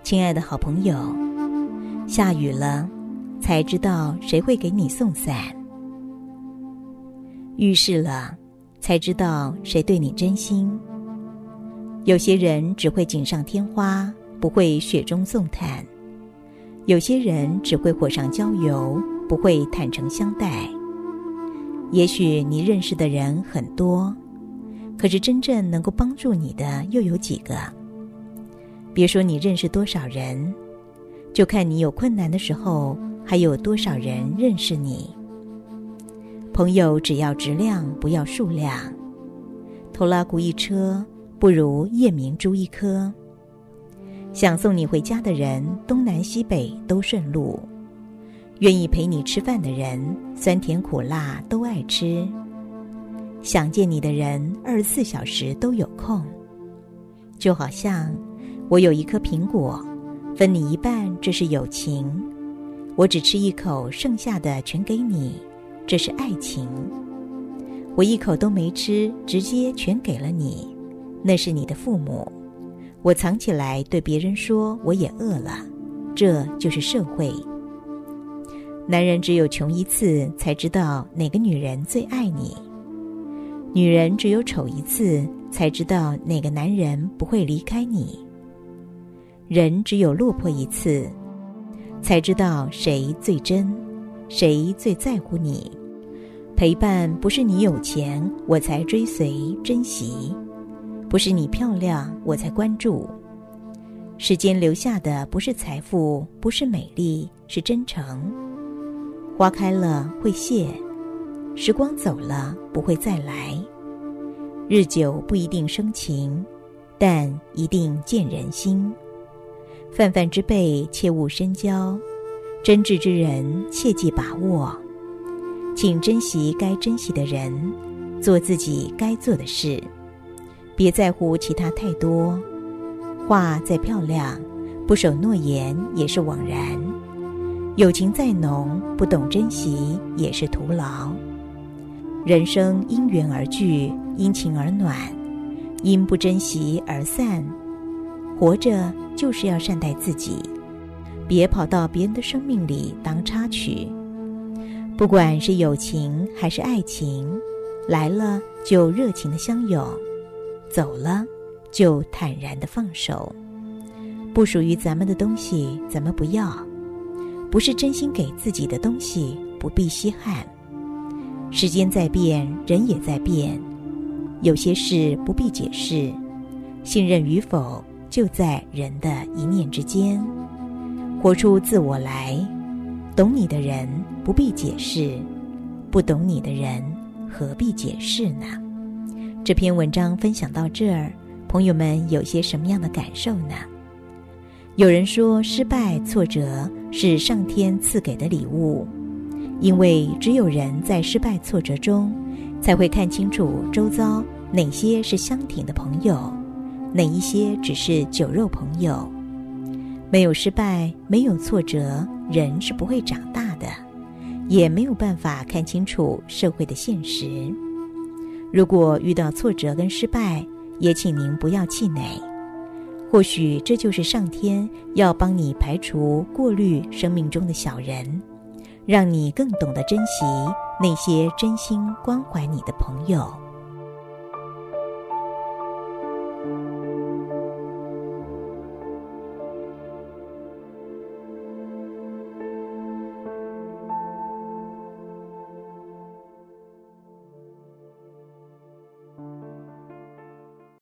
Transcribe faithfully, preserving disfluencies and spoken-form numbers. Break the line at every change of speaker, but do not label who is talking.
亲爱的好朋友，下雨了，才知道谁会给你送伞；遇事了，才知道谁对你真心。有些人只会锦上添花，不会雪中送炭；有些人只会火上浇油，不会坦诚相待。也许你认识的人很多，可是真正能够帮助你的又有几个？别说你认识多少人，就看你有困难的时候，还有多少人认识你。朋友只要质量，不要数量。拖拉骨一车，不如夜明珠一颗。想送你回家的人，东南西北都顺路；愿意陪你吃饭的人，酸甜苦辣都爱吃。想见你的人，二十四小时都有空。就好像我有一颗苹果，分你一半，这是友情；我只吃一口，剩下的全给你，这是爱情。我一口都没吃，直接全给了你，那是你的父母。我藏起来对别人说我也饿了，这就是社会。男人只有穷一次，才知道哪个女人最爱你；女人只有丑一次，才知道哪个男人不会离开你。人只有落魄一次，才知道谁最真，谁最在乎你。陪伴不是你有钱我才追随珍惜，不是你漂亮我才关注。时间留下的不是财富，不是美丽，是真诚。花开了会谢，时光走了不会再来。日久不一定生情，但一定见人心。泛泛之辈切勿深交，真挚之人切记把握。请珍惜该珍惜的人，做自己该做的事，别在乎其他太多。话再漂亮，不守诺言也是枉然。友情再浓，不懂珍惜也是徒劳。人生因缘而聚，因情而暖，因不珍惜而散。活着就是要善待自己，别跑到别人的生命里当插曲。不管是友情还是爱情，来了就热情的相拥，走了就坦然的放手。不属于咱们的东西咱们不要，不是真心给自己的东西不必稀罕。时间在变，人也在变，有些事不必解释，信任与否就在人的一念之间。活出自我来，懂你的人不必解释，不懂你的人何必解释呢？这篇文章分享到这儿，朋友们有些什么样的感受呢？有人说，失败挫折是上天赐给的礼物，因为只有人在失败挫折中，才会看清楚周遭哪些是相挺的朋友，哪一些只是酒肉朋友。没有失败，没有挫折，人是不会长大的，也没有办法看清楚社会的现实。如果遇到挫折跟失败，也请您不要气馁，或许这就是上天要帮你排除过滤生命中的小人，让你更懂得珍惜那些真心关怀你的朋友。